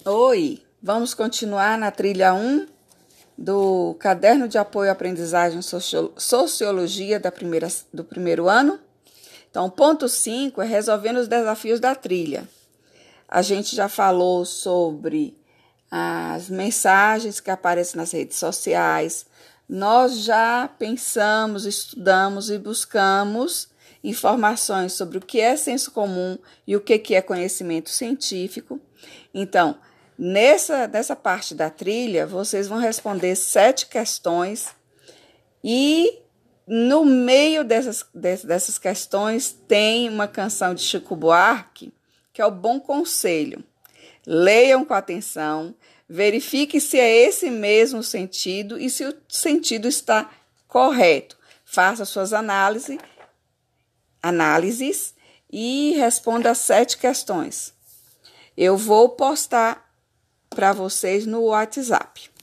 Oi, vamos continuar na trilha 1 do Caderno de Apoio à Aprendizagem Sociologia do primeiro ano. Então, ponto 5 é resolvendo os desafios da trilha. A gente já falou sobre as mensagens que aparecem nas redes sociais. Nós já pensamos, estudamos e buscamos informações sobre o que é senso comum e o que é conhecimento científico. Então, nessa parte da trilha, vocês vão responder 7 questões e no meio dessas questões tem uma canção de Chico Buarque, que é o Bom Conselho. Leiam com atenção, verifique se é esse mesmo o sentido e se o sentido está correto. Faça suas análises e responda as 7 questões. Eu vou postar para vocês no WhatsApp.